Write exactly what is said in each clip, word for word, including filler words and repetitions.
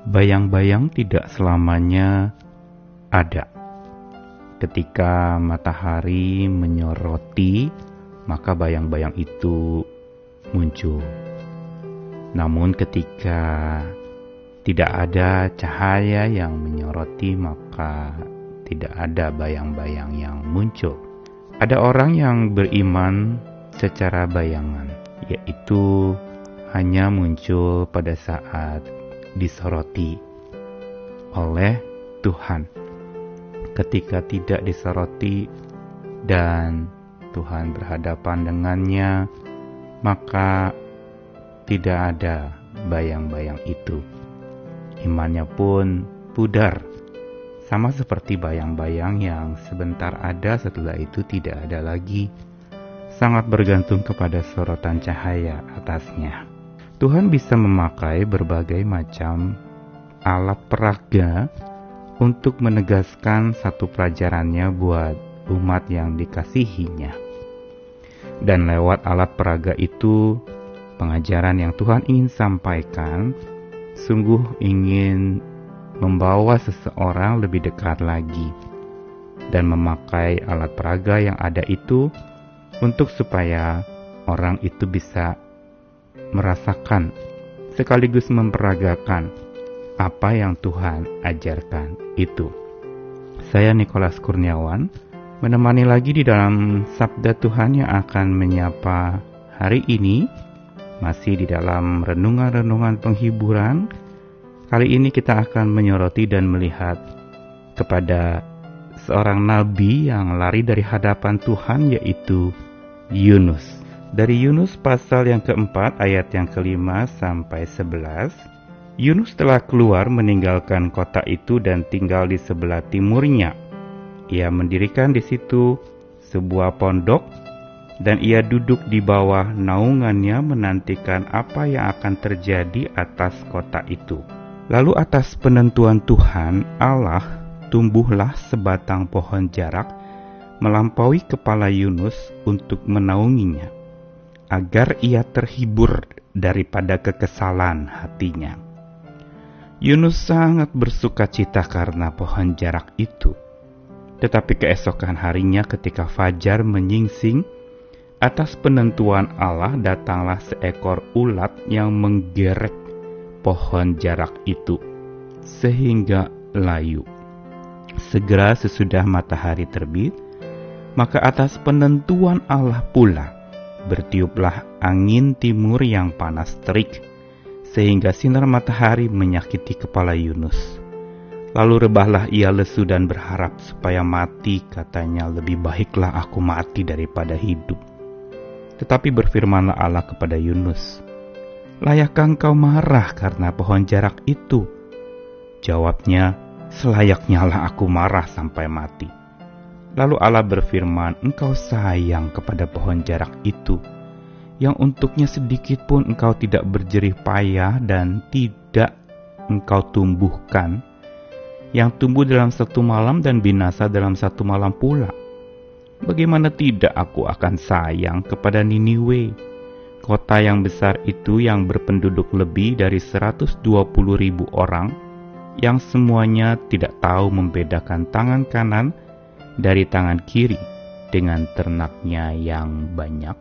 Bayang-bayang tidak selamanya ada. Ketika matahari menyoroti, maka bayang-bayang itu muncul. Namun ketika tidak ada cahaya yang menyoroti, maka tidak ada bayang-bayang yang muncul. Ada orang yang beriman secara bayangan, yaitu hanya muncul pada saat disoroti oleh Tuhan. Ketika tidak disoroti dan Tuhan berhadapan dengannya, maka tidak ada bayang-bayang itu. Imannya pun pudar, sama seperti bayang-bayang yang sebentar ada, setelah itu tidak ada lagi. Sangat bergantung kepada sorotan cahaya atasnya. Tuhan bisa memakai berbagai macam alat peraga untuk menegaskan satu pelajarannya buat umat yang dikasihinya. Dan lewat alat peraga itu, pengajaran yang Tuhan ingin sampaikan sungguh ingin membawa seseorang lebih dekat lagi dan memakai alat peraga yang ada itu untuk supaya orang itu bisa merasakan sekaligus memperagakan apa yang Tuhan ajarkan itu. Saya Nikolas Kurniawan menemani lagi di dalam Sabda Tuhan yang akan menyapa hari ini, masih di dalam renungan-renungan penghiburan. Kali ini kita akan menyoroti dan melihat kepada seorang nabi yang lari dari hadapan Tuhan, yaitu Yunus. Dari Yunus pasal yang keempat ayat yang kelima sampai sebelas, Yunus telah keluar meninggalkan kota itu dan tinggal di sebelah timurnya. Ia mendirikan di situ sebuah pondok dan ia duduk di bawah naungannya menantikan apa yang akan terjadi atas kota itu. Lalu atas penentuan Tuhan Allah tumbuhlah sebatang pohon jarak melampaui kepala Yunus untuk menaunginya, agar ia terhibur daripada kekesalan hatinya. Yunus sangat bersuka cita karena pohon jarak itu. Tetapi keesokan harinya ketika fajar menyingsing, atas penentuan Allah datanglah seekor ulat yang menggerek pohon jarak itu, sehingga layu. Segera sesudah matahari terbit, maka atas penentuan Allah pula, bertiuplah angin timur yang panas terik, sehingga sinar matahari menyakiti kepala Yunus. Lalu rebahlah ia lesu dan berharap supaya mati, katanya, lebih baiklah aku mati daripada hidup. Tetapi berfirmanlah Allah kepada Yunus, layakkah engkau marah karena pohon jarak itu? Jawabnya, selayaknya lah aku marah sampai mati. Lalu Allah berfirman, engkau sayang kepada pohon jarak itu, yang untuknya sedikit pun engkau tidak berjerih payah dan tidak engkau tumbuhkan, yang tumbuh dalam satu malam dan binasa dalam satu malam pula. Bagaimana tidak aku akan sayang kepada Niniwe, kota yang besar itu yang berpenduduk lebih dari seratus dua puluh ribu orang, yang semuanya tidak tahu membedakan tangan kanan dari tangan kiri dengan ternaknya yang banyak.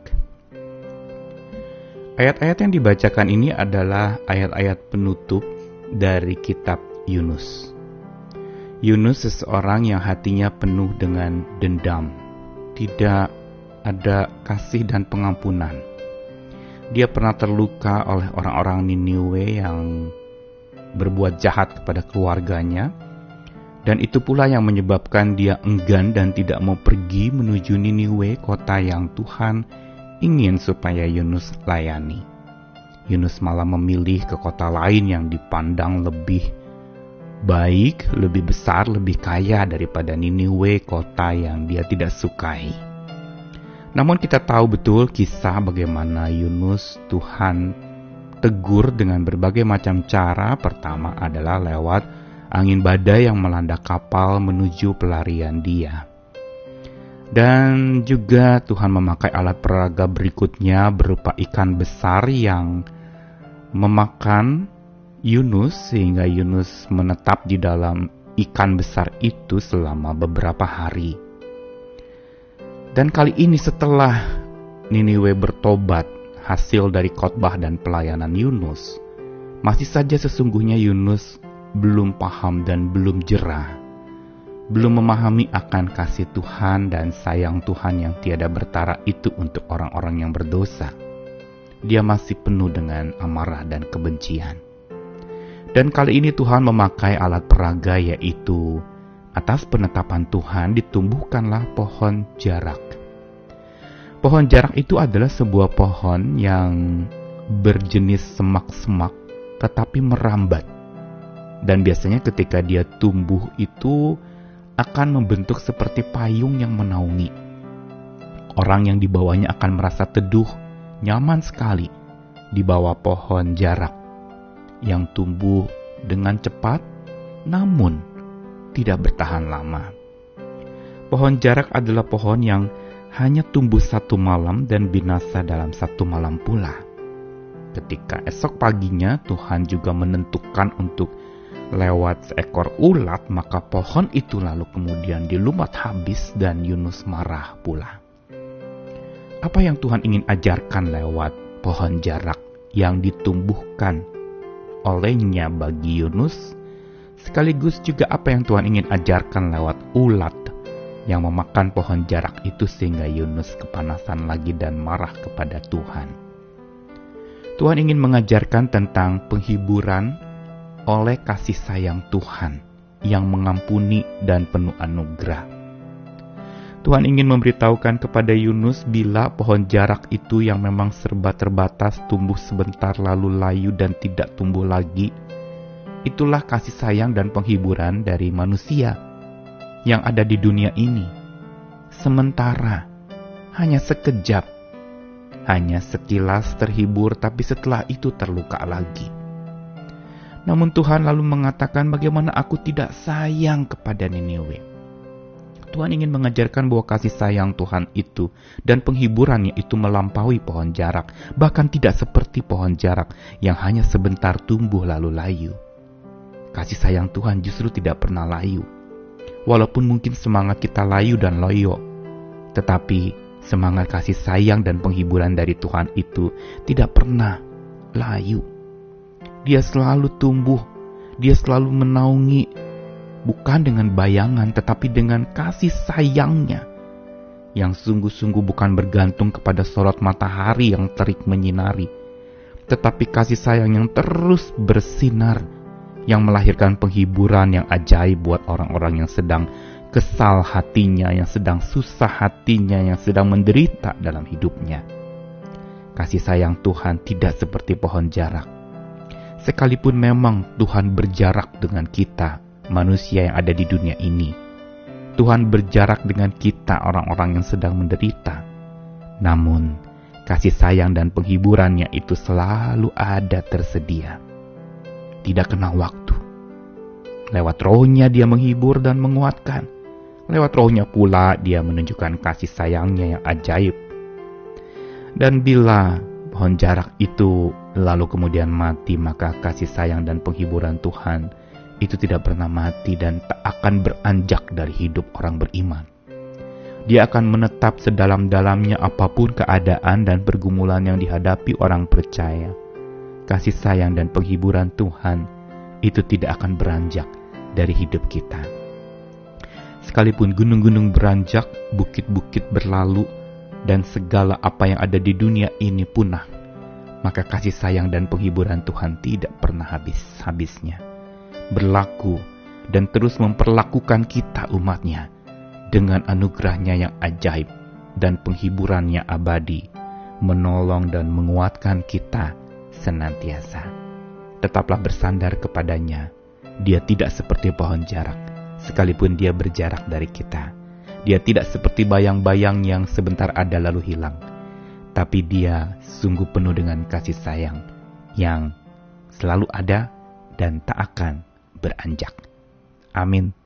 Ayat-ayat yang dibacakan ini adalah ayat-ayat penutup dari kitab Yunus. Yunus seseorang yang hatinya penuh dengan dendam, tidak ada kasih dan pengampunan. Dia pernah terluka oleh orang-orang Niniwe yang berbuat jahat kepada keluarganya, dan itu pula yang menyebabkan dia enggan dan tidak mau pergi menuju Niniwe, kota yang Tuhan ingin supaya Yunus layani. Yunus malah memilih ke kota lain yang dipandang lebih baik, lebih besar, lebih kaya daripada Niniwe, kota yang dia tidak sukai. Namun kita tahu betul kisah bagaimana Yunus Tuhan tegur dengan berbagai macam cara. Pertama adalah lewat angin badai yang melanda kapal menuju pelarian dia. Dan juga Tuhan memakai alat peraga berikutnya berupa ikan besar yang memakan Yunus sehingga Yunus menetap di dalam ikan besar itu selama beberapa hari. Dan kali ini setelah Niniwe bertobat hasil dari khotbah dan pelayanan Yunus, masih saja sesungguhnya Yunus belum paham dan belum jerah, belum memahami akan kasih Tuhan dan sayang Tuhan yang tiada bertara itu untuk orang-orang yang berdosa. Dia masih penuh dengan amarah dan kebencian. Dan kali ini Tuhan memakai alat peraga, yaitu atas penetapan Tuhan ditumbuhkanlah pohon jarak. Pohon jarak itu adalah sebuah pohon yang berjenis semak-semak tetapi merambat. Dan biasanya ketika dia tumbuh itu akan membentuk seperti payung yang menaungi. Orang yang di bawahnya akan merasa teduh, nyaman sekali di bawah pohon jarak yang tumbuh dengan cepat namun tidak bertahan lama. Pohon jarak adalah pohon yang hanya tumbuh satu malam dan binasa dalam satu malam pula. Ketika esok paginya Tuhan juga menentukan untuk lewat seekor ulat, maka pohon itu lalu kemudian dilumat habis dan Yunus marah pula. Apa yang Tuhan ingin ajarkan lewat pohon jarak yang ditumbuhkan olehnya bagi Yunus, sekaligus juga apa yang Tuhan ingin ajarkan lewat ulat yang memakan pohon jarak itu sehingga Yunus kepanasan lagi dan marah kepada Tuhan. Tuhan ingin mengajarkan tentang penghiburan oleh kasih sayang Tuhan yang mengampuni dan penuh anugerah. Tuhan ingin memberitahukan kepada Yunus bila pohon jarak itu yang memang serba terbatas tumbuh sebentar lalu layu dan tidak tumbuh lagi, itulah kasih sayang dan penghiburan dari manusia yang ada di dunia ini. Sementara, hanya sekejap, hanya sekilas terhibur, tapi setelah itu terluka lagi. Namun Tuhan lalu mengatakan, bagaimana aku tidak sayang kepada Niniwe. Tuhan ingin mengajarkan bahwa kasih sayang Tuhan itu dan penghiburannya itu melampaui pohon jarak, bahkan tidak seperti pohon jarak yang hanya sebentar tumbuh lalu layu. Kasih sayang Tuhan justru tidak pernah layu. Walaupun mungkin semangat kita layu dan loyo, tetapi semangat kasih sayang dan penghiburan dari Tuhan itu tidak pernah layu. Dia selalu tumbuh, dia selalu menaungi, bukan dengan bayangan, tetapi dengan kasih sayangnya, yang sungguh-sungguh bukan bergantung kepada sorot matahari yang terik menyinari, tetapi kasih sayang yang terus bersinar, yang melahirkan penghiburan yang ajaib buat orang-orang yang sedang kesal hatinya, yang sedang susah hatinya, yang sedang menderita dalam hidupnya. Kasih sayang Tuhan tidak seperti pohon jarak. Sekalipun memang Tuhan berjarak dengan kita, manusia yang ada di dunia ini, Tuhan berjarak dengan kita, orang-orang yang sedang menderita, namun kasih sayang dan penghiburannya itu selalu ada tersedia. Tidak kenal waktu. Lewat rohnya dia menghibur dan menguatkan. Lewat rohnya pula dia menunjukkan kasih sayangnya yang ajaib. Dan bila pohon jarak itu lalu kemudian mati, maka kasih sayang dan penghiburan Tuhan itu tidak pernah mati dan tak akan beranjak dari hidup orang beriman. Dia akan menetap sedalam-dalamnya apapun keadaan dan pergumulan yang dihadapi orang percaya. Kasih sayang dan penghiburan Tuhan itu tidak akan beranjak dari hidup kita. Sekalipun gunung-gunung beranjak, bukit-bukit berlalu, dan segala apa yang ada di dunia ini punah, maka kasih sayang dan penghiburan Tuhan tidak pernah habis-habisnya. Berlaku dan terus memperlakukan kita umatnya dengan anugerahnya yang ajaib dan penghiburannya abadi, menolong dan menguatkan kita senantiasa. Tetaplah bersandar kepadanya. Dia tidak seperti pohon jarak, sekalipun dia berjarak dari kita. Dia tidak seperti bayang-bayang yang sebentar ada lalu hilang, tapi dia sungguh penuh dengan kasih sayang yang selalu ada dan tak akan beranjak. Amin.